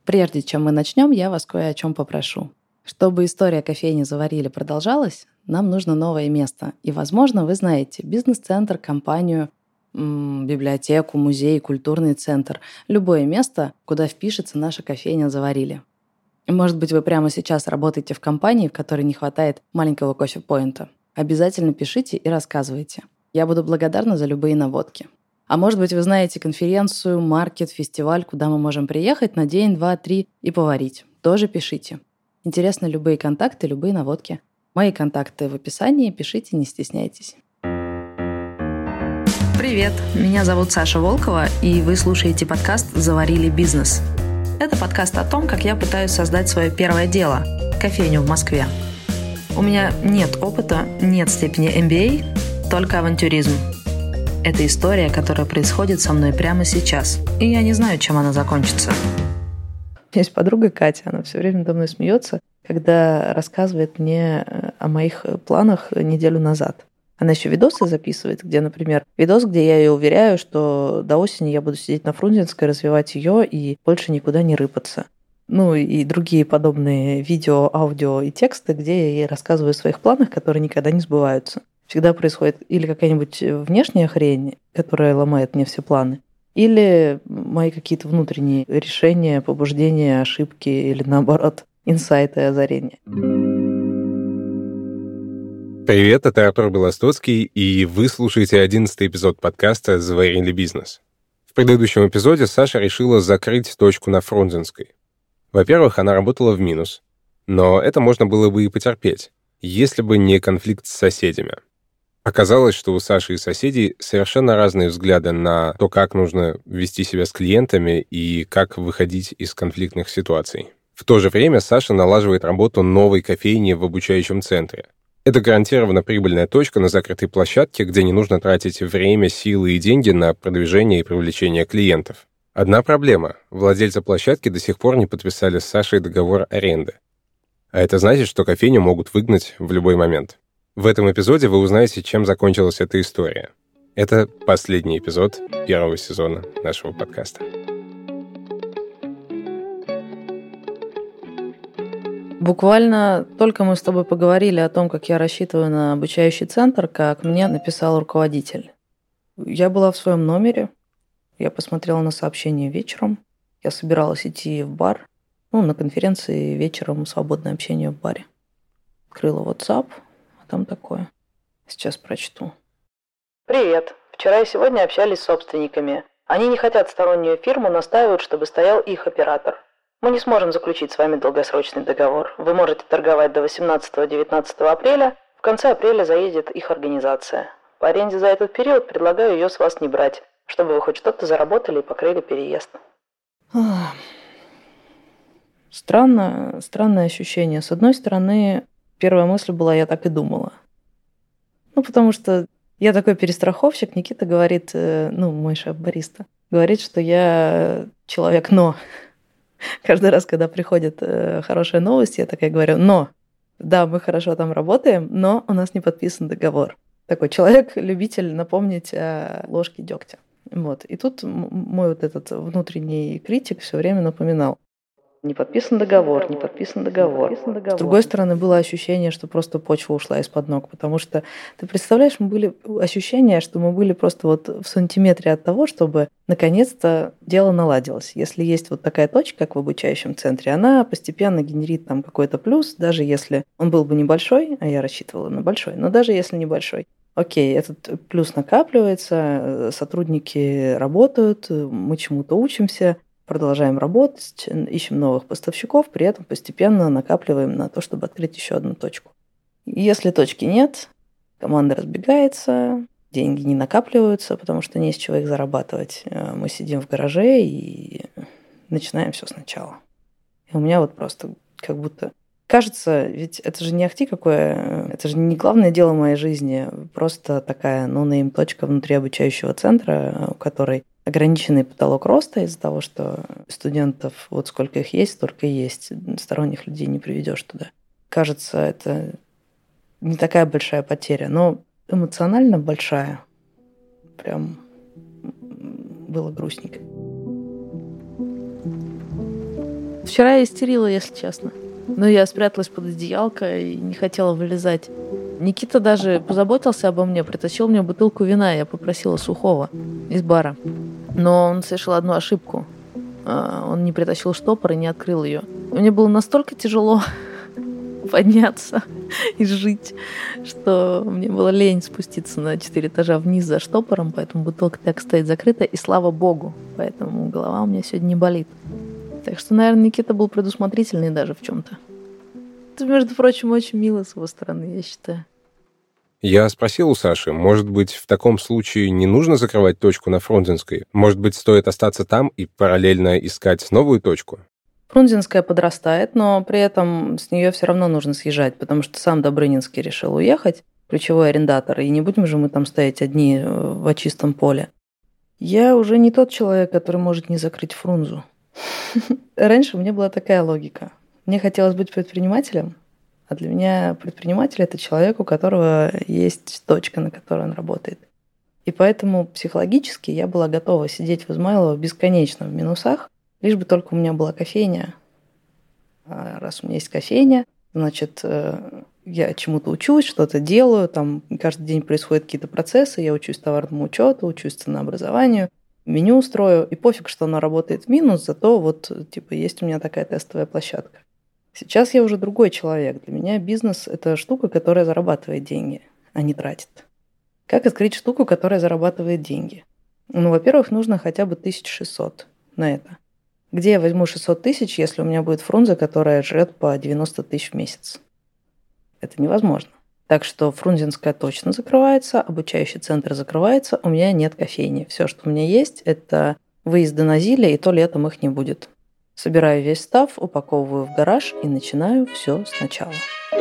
Прежде чем мы начнем, я вас кое о чем попрошу. Чтобы история кофейни «Заварили» продолжалась, нам нужно новое место. И, возможно, вы знаете бизнес-центр, компанию, библиотеку, музей, культурный центр. Любое место, куда впишется наша кофейня «Заварили». Может быть, вы прямо сейчас работаете в компании, в которой не хватает маленького кофе-поинта. Обязательно пишите и рассказывайте. Я буду благодарна за любые наводки. А может быть, вы знаете конференцию, маркет, фестиваль, куда мы можем приехать на день, два, три и поварить. Тоже пишите. Интересны любые контакты, любые наводки. Мои контакты в описании, пишите, не стесняйтесь. Привет, меня зовут Саша Волкова, и вы слушаете подкаст «Заварили бизнес». Это подкаст о том, как я пытаюсь создать свое первое дело – кофейню в Москве. У меня нет опыта, нет степени MBA, только авантюризм. Это история, которая происходит со мной прямо сейчас, и я не знаю, чем она закончится. Есть подруга Катя, она все время надо мной смеется, когда рассказывает мне о моих планах неделю назад. Она еще видосы записывает, где, например, видос, где я ее уверяю, что до осени я буду сидеть на Фрунзенской, развивать ее и больше никуда не рыпаться. Ну и другие подобные видео, аудио и тексты, где я ей рассказываю о своих планах, которые никогда не сбываются. Всегда происходит или какая-нибудь внешняя хрень, которая ломает мне все планы, или мои какие-то внутренние решения, побуждения, ошибки или, наоборот, инсайты и озарения. Привет, это Артур Белостоцкий, и вы слушаете 11-й эпизод подкаста «Заварили бизнес». В предыдущем эпизоде Саша решила закрыть точку на Фрунзенской. Во-первых, она работала в минус, но это можно было бы и потерпеть, если бы не конфликт с соседями. Оказалось, что у Саши и соседей совершенно разные взгляды на то, как нужно вести себя с клиентами и как выходить из конфликтных ситуаций. В то же время Саша налаживает работу новой кофейни в обучающем центре. Это гарантированно прибыльная точка на закрытой площадке, где не нужно тратить время, силы и деньги на продвижение и привлечение клиентов. Одна проблема – владельцы площадки до сих пор не подписали с Сашей договор аренды. А это значит, что кофейню могут выгнать в любой момент. В этом эпизоде вы узнаете, чем закончилась эта история. Это последний эпизод первого сезона нашего подкаста. Буквально только мы с тобой поговорили о том, как я рассчитываю на обучающий центр, как мне написал руководитель. Я была в своем номере, я посмотрела на сообщение вечером, я собиралась идти в бар, на конференции вечером свободное общение в баре. Открыла WhatsApp, а там такое. Сейчас прочту. Привет. Вчера и сегодня общались с собственниками. Они не хотят стороннюю фирму, настаивают, чтобы стоял их оператор. Мы не сможем заключить с вами долгосрочный договор. Вы можете торговать до 18-19 апреля. В конце апреля заедет их организация. По аренде за этот период предлагаю ее с вас не брать, чтобы вы хоть что-то заработали и покрыли переезд. Странное ощущение. С одной стороны, первая мысль была, я так и думала. Потому что я такой перестраховщик. Никита говорит, мой шеф-бариста, говорит, что я человек «но». Каждый раз, когда приходит хорошая новость, я такая говорю «но». Да, мы хорошо там работаем, но у нас не подписан договор. Такой человек-любитель напомнить о ложке дегтя. И тут мой вот этот внутренний критик все время напоминал. Не подписан договор, не подписан договор. С другой стороны, было ощущение, что просто почва ушла из-под ног, потому что, ты представляешь, ощущение, что мы были просто в сантиметре от того, чтобы наконец-то дело наладилось. Если есть вот такая точка, как в обучающем центре, она постепенно генерит там какой-то плюс, даже если он был бы небольшой, а я рассчитывала на большой, но даже если небольшой. Окей, этот плюс накапливается, сотрудники работают, мы чему-то учимся, продолжаем работать, ищем новых поставщиков, при этом постепенно накапливаем на то, чтобы открыть еще одну точку. Если точки нет, команда разбегается, деньги не накапливаются, потому что не из чего их зарабатывать. Мы сидим в гараже и начинаем все сначала. И у меня просто как будто... Кажется, ведь это же не ахти какое, это же не главное дело моей жизни, просто такая no-name точка внутри обучающего центра, у которой ограниченный потолок роста из-за того, что студентов, сколько их есть, столько и есть. Сторонних людей не приведешь туда. Кажется, это не такая большая потеря, но эмоционально большая. Прям было грустненько. Вчера я истерила, если честно. Но я спряталась под одеялко и не хотела вылезать. Никита даже позаботился обо мне, притащил мне бутылку вина. Я попросила сухого из бара. Но он совершил одну ошибку. Он не притащил штопор и не открыл ее. Мне было настолько тяжело подняться и жить, что мне было лень спуститься на 4 этажа вниз за штопором, поэтому бутылка так стоит закрыта, и слава богу, поэтому голова у меня сегодня не болит. Так что, наверное, Никита был предусмотрительный даже в чем-то. Это, между прочим, очень мило с его стороны, я считаю. Я спросил у Саши, может быть, в таком случае не нужно закрывать точку на Фрунзенской? Может быть, стоит остаться там и параллельно искать новую точку? Фрунзенская подрастает, но при этом с нее все равно нужно съезжать, потому что сам Добрынинский решил уехать, ключевой арендатор, и не будем же мы там стоять одни в чистом поле. Я уже не тот человек, который может не закрыть Фрунзу. Раньше у меня была такая логика. Мне хотелось быть предпринимателем, а для меня предприниматель – это человек, у которого есть точка, на которой он работает. И поэтому психологически я была готова сидеть в Измайлово бесконечно в минусах, лишь бы только у меня была кофейня. А раз у меня есть кофейня, значит, я чему-то учусь, что-то делаю, там каждый день происходят какие-то процессы, я учусь товарному учету, учусь ценообразованию, меню устрою, и пофиг, что она работает в минус, зато вот, типа, есть у меня такая тестовая площадка. Сейчас я уже другой человек. Для меня бизнес – это штука, которая зарабатывает деньги, а не тратит. Как открыть штуку, которая зарабатывает деньги? Ну, во-первых, нужно хотя бы 1600 на это. Где я возьму 600 тысяч, если у меня будет Фрунзе, которая жрет по 90 тысяч в месяц? Это невозможно. Так что Фрунзенская точно закрывается, обучающий центр закрывается, у меня нет кофейни. Все, что у меня есть, это выезды на Зиле, и то летом их не будет. Собираю весь став, упаковываю в гараж и начинаю все сначала.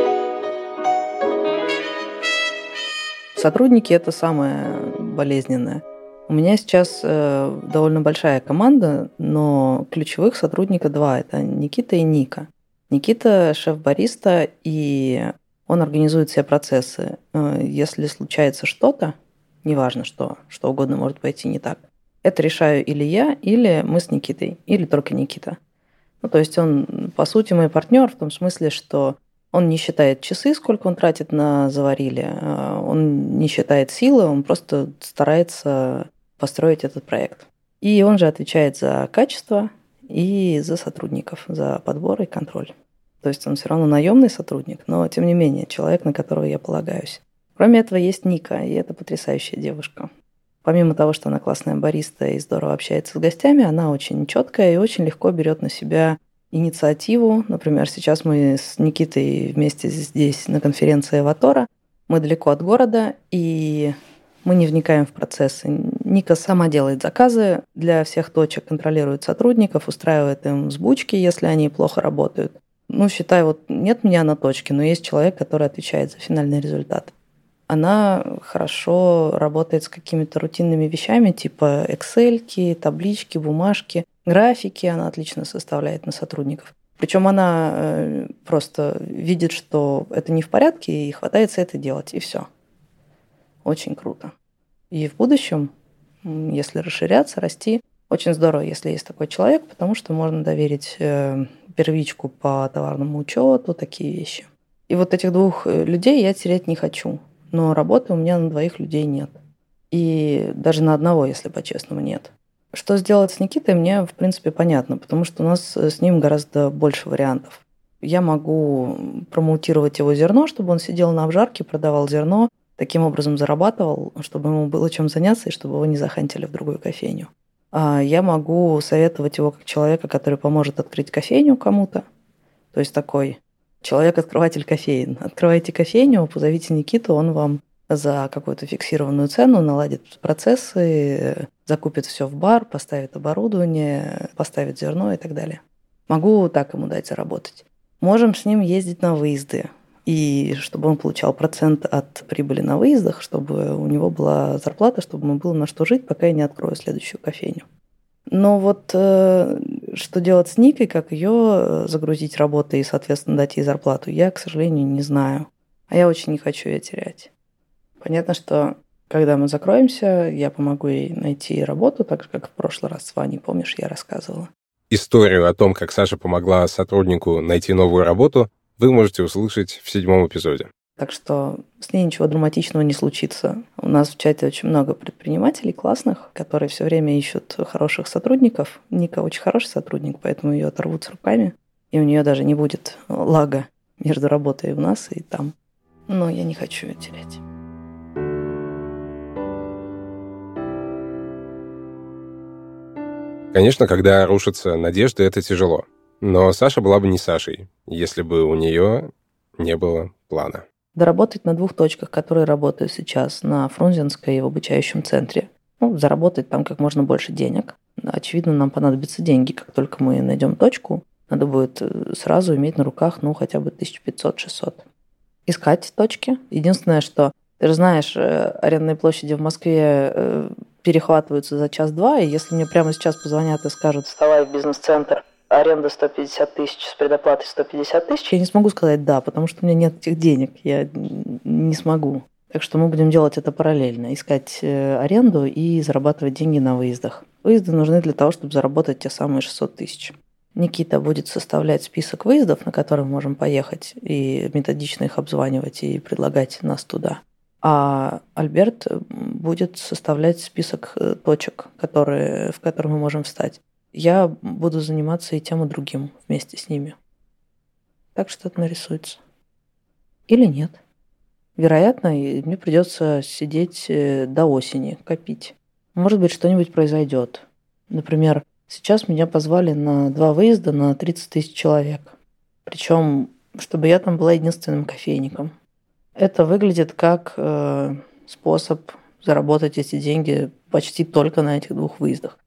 Сотрудники – это самое болезненное. У меня сейчас довольно большая команда, но ключевых сотрудника 2 – это Никита и Ника. Никита – шеф-бариста, и он организует все процессы. Если случается что-то, неважно что угодно может пойти не так, это решаю или я, или мы с Никитой, или только Никита. Ну, то есть он, по сути, мой партнер в том смысле, что он не считает часы, сколько он тратит на заварили, он не считает силы, он просто старается построить этот проект. И он же отвечает за качество и за сотрудников, за подбор и контроль. То есть он все равно наемный сотрудник, но тем не менее человек, на которого я полагаюсь. Кроме этого есть Ника, и это потрясающая девушка. Помимо того, что она классная бариста и здорово общается с гостями, она очень четкая и очень легко берет на себя инициативу. Например, сейчас мы с Никитой вместе здесь на конференции Аватора. Мы далеко от города, и мы не вникаем в процессы. Ника сама делает заказы для всех точек, контролирует сотрудников, устраивает им взбучки, если они плохо работают. Ну, считай, вот нет меня на точке, но есть человек, который отвечает за финальный результат. Она хорошо работает с какими-то рутинными вещами, типа Excel-ки, таблички, бумажки, графики она отлично составляет на сотрудников. Причем она просто видит, что это не в порядке, и хватается это делать, и все. Очень круто. И в будущем, если расширяться, расти, очень здорово, если есть такой человек, потому что можно доверить первичку по товарному учету, такие вещи. И вот этих 2 людей я терять не хочу. Но работы у меня на 2 людей нет. И даже на 1, если по-честному, нет. Что сделать с Никитой, мне, в принципе, понятно, потому что у нас с ним гораздо больше вариантов. Я могу промоутировать его зерно, чтобы он сидел на обжарке, продавал зерно, таким образом зарабатывал, чтобы ему было чем заняться и чтобы его не захантили в другую кофейню. А я могу советовать его как человека, который поможет открыть кофейню кому-то. То есть такой человек-открыватель кофеин. Открывайте кофейню, позовите Никиту, он вам за какую-то фиксированную цену наладит процессы, закупит все в бар, поставит оборудование, поставит зерно и так далее. Могу так ему дать заработать. Можем с ним ездить на выезды. И чтобы он получал процент от прибыли на выездах, чтобы у него была зарплата, чтобы ему было на что жить, пока я не открою следующую кофейню. Но вот что делать с Никой, как ее загрузить работой и, соответственно, дать ей зарплату, я, к сожалению, не знаю. А я очень не хочу ее терять. Понятно, что когда мы закроемся, я помогу ей найти работу, так же, как в прошлый раз с Ваней, помнишь, я рассказывала. Историю о том, как Саша помогла сотруднику найти новую работу, вы можете услышать в 7 эпизоде. Так что с ней ничего драматичного не случится. У нас в чате очень много предпринимателей классных, которые все время ищут хороших сотрудников. Ника очень хороший сотрудник, поэтому ее оторвут с руками, и у нее даже не будет лага между работой у нас и там. Но я не хочу ее терять. Конечно, когда рушатся надежды, это тяжело. Но Саша была бы не Сашей, если бы у нее не было плана. Доработать на 2 точках, которые работают сейчас, на Фрунзенской и в обучающем центре. Заработать там как можно больше денег. Очевидно, нам понадобятся деньги. Как только мы найдем точку, надо будет сразу иметь на руках, хотя бы 1500-600. Искать точки. Единственное, что, ты же знаешь, арендные площади в Москве перехватываются за час-два, и если мне прямо сейчас позвонят и скажут: вставай в бизнес-центр, аренда 150 тысяч с предоплатой 150 тысяч, я не смогу сказать «да», потому что у меня нет этих денег, я не смогу. Так что мы будем делать это параллельно, искать аренду и зарабатывать деньги на выездах. Выезды нужны для того, чтобы заработать те самые 600 тысяч. Никита будет составлять список выездов, на которые мы можем поехать, и методично их обзванивать и предлагать нас туда. А Альберт будет составлять список точек, в которые мы можем встать. Я буду заниматься и тем, и другим вместе с ними. Так что-то нарисуется. Или нет. Вероятно, мне придется сидеть до осени, копить. Может быть, что-нибудь произойдет. Например, сейчас меня позвали на 2 выезда на 30 тысяч человек. Причем, чтобы я там была единственным кофейником. Это выглядит как способ заработать эти деньги почти только на этих 2 выездах.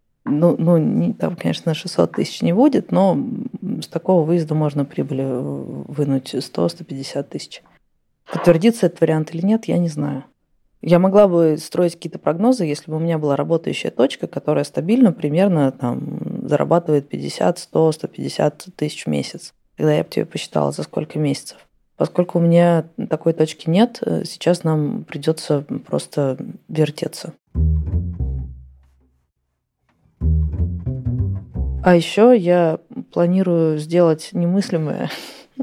Там, конечно, 600 тысяч не будет, но с такого выезда можно прибыли вынуть 100-150 тысяч. Подтвердится этот вариант или нет, я не знаю. Я могла бы строить какие-то прогнозы, если бы у меня была работающая точка, которая стабильно примерно зарабатывает 50, 100, 150 тысяч в месяц. Тогда я бы тебе посчитала, за сколько месяцев. Поскольку у меня такой точки нет, сейчас нам придется просто вертеться. А еще я планирую сделать немыслимое.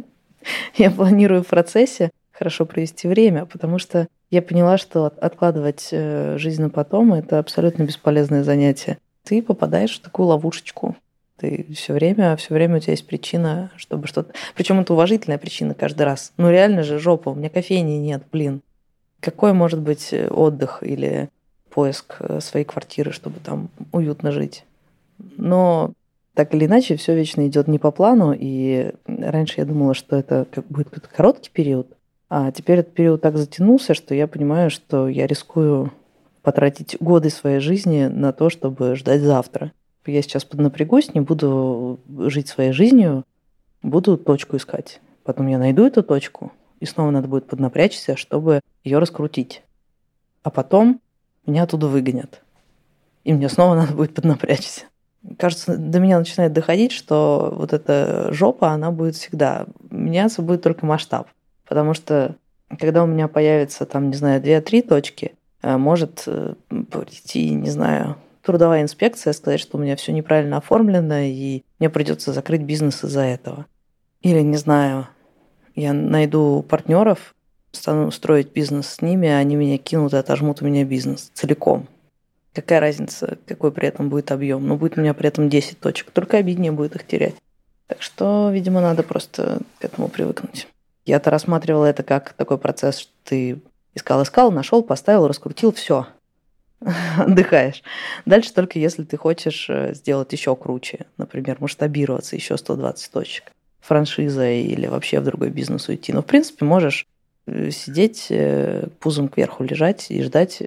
Я планирую в процессе хорошо провести время, потому что я поняла, что откладывать жизнь на потом – это абсолютно бесполезное занятие. Ты попадаешь в такую ловушечку. Ты все время у тебя есть причина, чтобы что-то... Причем это уважительная причина каждый раз. Реально же жопа, у меня кофейни нет, блин. Какой может быть отдых или поиск своей квартиры, чтобы там уютно жить? Но так или иначе, все вечно идет не по плану, и раньше я думала, что это будет какой-то короткий период, а теперь этот период так затянулся, что я понимаю, что я рискую потратить годы своей жизни на то, чтобы ждать завтра. Я сейчас поднапрягусь, не буду жить своей жизнью, буду точку искать. Потом я найду эту точку, и снова надо будет поднапрячься, чтобы ее раскрутить. А потом меня оттуда выгонят, и мне снова надо будет поднапрячься. Кажется, до меня начинает доходить, что вот эта жопа, она будет всегда. Меняться будет только масштаб. Потому что, когда у меня появится, 2-3 точки, может прийти, трудовая инспекция, сказать, что у меня все неправильно оформлено, и мне придется закрыть бизнес из-за этого. Или, я найду партнеров, стану строить бизнес с ними, а они меня кинут и отожмут у меня бизнес целиком. Какая разница, какой при этом будет объем? Будет у меня при этом 10 точек. Только обиднее будет их терять. Так что, видимо, надо просто к этому привыкнуть. Я-то рассматривала это как такой процесс, что ты искал, нашел, поставил, раскрутил, все. Отдыхаешь. Дальше только если ты хочешь сделать еще круче. Например, масштабироваться, еще 120 точек. Франшиза или вообще в другой бизнес уйти. Но, в принципе, можешь сидеть, пузом кверху лежать и ждать.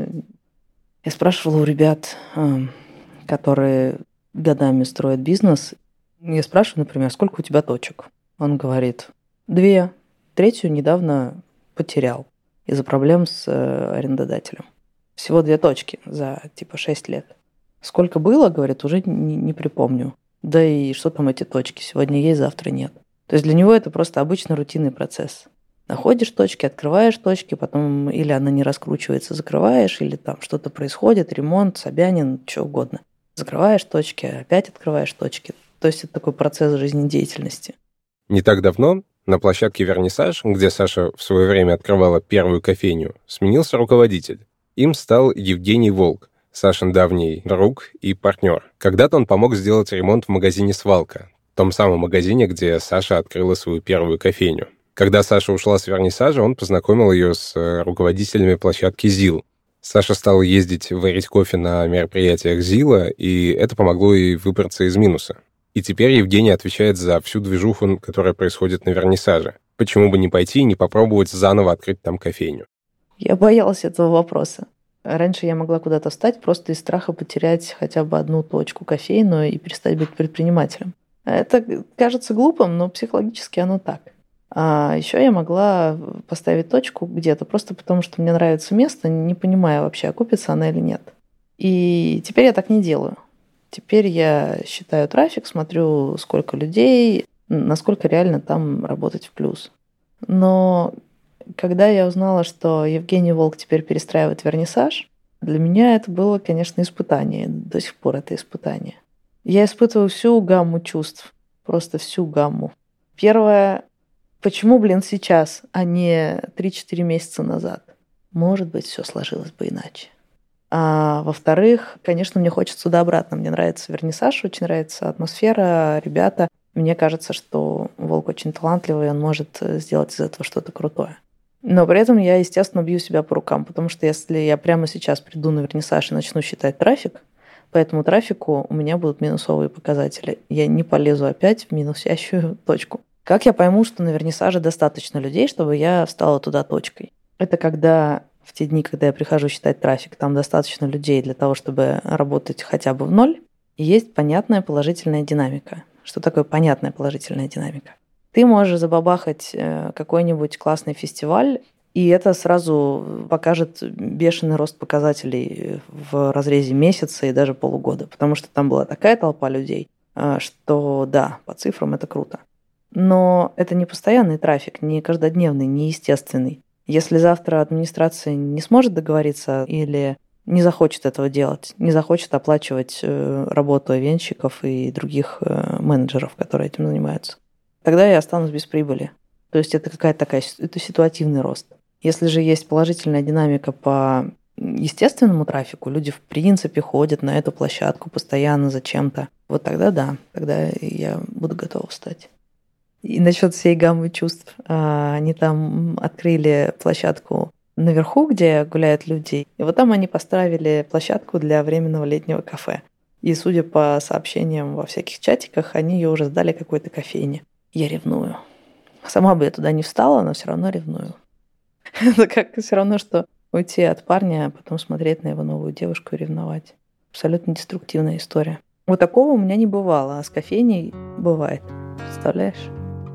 Я спрашивала у ребят, которые годами строят бизнес. Я спрашиваю, например, сколько у тебя точек? Он говорит, 2. 3 недавно потерял из-за проблем с арендодателем. Всего 2 точки за 6 лет. Сколько было, говорит, уже не припомню. Да и что там эти точки? Сегодня есть, завтра нет. То есть для него это просто обычный рутинный процесс. Находишь точки, открываешь точки, потом или она не раскручивается, закрываешь, или там что-то происходит, ремонт, Собянин, что угодно. закрываешь точки, опять открываешь точки. То есть это такой процесс жизнедеятельности. Не так давно на площадке «Вернисаж», где Саша в свое время открывала первую кофейню, сменился руководитель. Им стал Евгений Волк, Сашин давний друг и партнер. Когда-то он помог сделать ремонт в магазине «Свалка», том самом магазине, где Саша открыла свою первую кофейню. Когда Саша ушла с «Вернисажа», он познакомил ее с руководителями площадки «ЗИЛ». Саша стала ездить варить кофе на мероприятиях ЗИЛа, и это помогло ей выбраться из минуса. И теперь Евгений отвечает за всю движуху, которая происходит на «Вернисаже». Почему бы не пойти и не попробовать заново открыть там кофейню? Я боялась этого вопроса. Раньше я могла куда-то встать просто из страха потерять хотя бы одну точку кофейную и перестать быть предпринимателем. Это кажется глупым, но психологически оно так. А еще я могла поставить точку где-то просто потому, что мне нравится место, не понимая вообще, окупится она или нет. И теперь я так не делаю. Теперь я считаю трафик, смотрю, сколько людей, насколько реально там работать в плюс. Но когда я узнала, что Евгений Волк теперь перестраивает «Вернисаж», для меня это было, конечно, испытание. До сих пор это испытание. Я испытываю всю гамму чувств. Просто всю гамму. Первое, почему, сейчас, а не 3-4 месяца назад? Может быть, все сложилось бы иначе. А во-вторых, конечно, мне хочется туда-обратно. Мне нравится «Вернисаж», очень нравится атмосфера, ребята. Мне кажется, что Волк очень талантливый, он может сделать из этого что-то крутое. Но при этом я, естественно, бью себя по рукам, потому что если я прямо сейчас приду на «Вернисаж» и начну считать трафик, по этому трафику у меня будут минусовые показатели. Я не полезу опять в минусящую точку. Как я пойму, что на «Вернисаже» достаточно людей, чтобы я встала туда точкой? Это когда в те дни, когда я прихожу считать трафик, там достаточно людей для того, чтобы работать хотя бы в ноль, и есть понятная положительная динамика. Что такое понятная положительная динамика? Ты можешь забабахать какой-нибудь классный фестиваль, и это сразу покажет бешеный рост показателей в разрезе месяца и даже полугода, потому что там была такая толпа людей, что да, по цифрам это круто. Но это не постоянный трафик, не каждодневный, не естественный. Если завтра администрация не сможет договориться или не захочет этого делать, не захочет оплачивать работу ивентщиков и других менеджеров, которые этим занимаются, тогда я останусь без прибыли. То есть это какая-то такая, это ситуативный рост. Если же есть положительная динамика по естественному трафику, люди в принципе ходят на эту площадку постоянно зачем-то, вот тогда да, тогда я буду готова встать. И насчет всей гаммы чувств. Они там открыли площадку наверху, где гуляют люди, и вот там они поставили площадку для временного летнего кафе. И судя по сообщениям во всяких чатиках, они ее уже сдали какой-то кофейне. Я ревную. Сама бы я туда не встала, но все равно ревную. Это как все равно, что уйти от парня, а потом смотреть на его новую девушку и ревновать. Абсолютно деструктивная история. Вот такого у меня не бывало, а с кофейней бывает. Представляешь?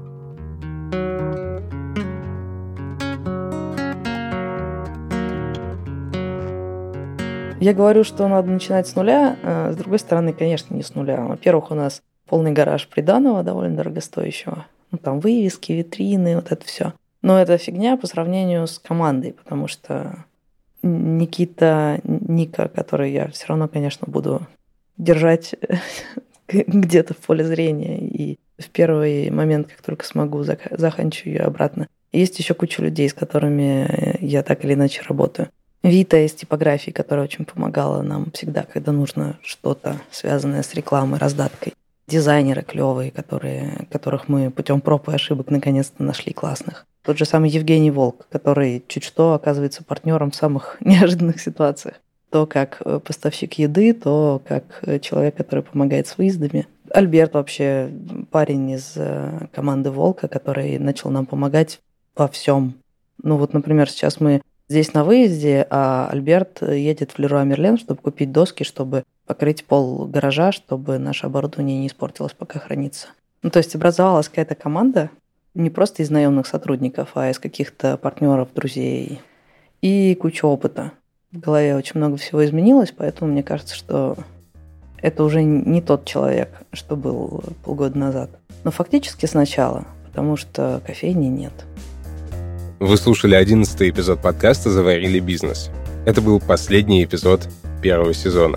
Я говорю, что надо начинать с нуля. С другой стороны, конечно, не с нуля. Во-первых, у нас полный гараж приданого, довольно дорогостоящего. Ну, там вывески, витрины, вот это все. Но это фигня по сравнению с командой, потому что Ника, который я все равно, конечно, буду держать где-то в поле зрения. И в первый момент, как только смогу, заханчу ее обратно. Есть еще куча людей, с которыми я так или иначе работаю. Вита из типографии, которая очень помогала нам всегда, когда нужно что-то связанное с рекламой, раздаткой. Дизайнеры клевые, которых мы путем проб и ошибок наконец-то нашли классных. Тот же самый Евгений Волк, который чуть что оказывается партнером в самых неожиданных ситуациях. То как поставщик еды, то как человек, который помогает с выездами. Альберт вообще парень из команды Волка, который начал нам помогать во всем. Ну вот, например, сейчас мы здесь на выезде, а Альберт едет в Леруа Мерлен, чтобы купить доски, чтобы покрыть пол гаража, чтобы наше оборудование не испортилось, пока хранится. Ну, то есть образовалась какая-то команда не просто из наемных сотрудников, а из каких-то партнеров, друзей и куча опыта. В голове очень много всего изменилось, поэтому мне кажется, что это уже не тот человек, что был полгода назад. Но фактически сначала, потому что кофейни нет. Вы слушали 11-й эпизод подкаста «Заварили бизнес». Это был последний эпизод первого сезона.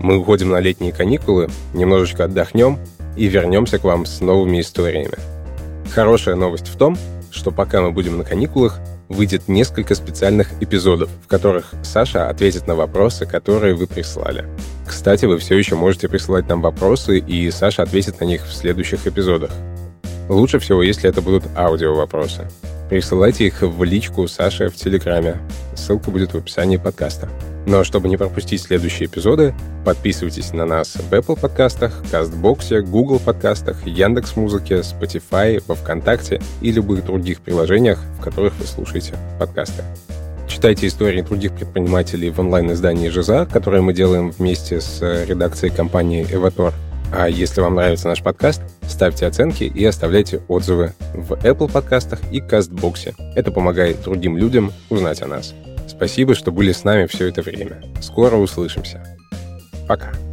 Мы уходим на летние каникулы, немножечко отдохнем и вернемся к вам с новыми историями. Хорошая новость в том, что пока мы будем на каникулах, выйдет несколько специальных эпизодов, в которых Саша ответит на вопросы, которые вы прислали. Кстати, вы все еще можете присылать нам вопросы, и Саша ответит на них в следующих эпизодах. Лучше всего, если это будут аудио-вопросы. Присылайте их в личку Саши в Телеграме. Ссылка будет в описании подкаста. Но чтобы не пропустить следующие эпизоды, подписывайтесь на нас в Apple подкастах, Кастбоксе, Google подкастах, Яндекс.Музыке, Spotify, во Вконтакте и любых других приложениях, в которых вы слушаете подкасты. Читайте истории других предпринимателей в онлайн-издании «Жиза», которое мы делаем вместе с редакцией компании «Эватор». А если вам нравится наш подкаст, ставьте оценки и оставляйте отзывы в Apple подкастах и Кастбоксе. Это помогает другим людям узнать о нас. Спасибо, что были с нами все это время. Скоро услышимся. Пока.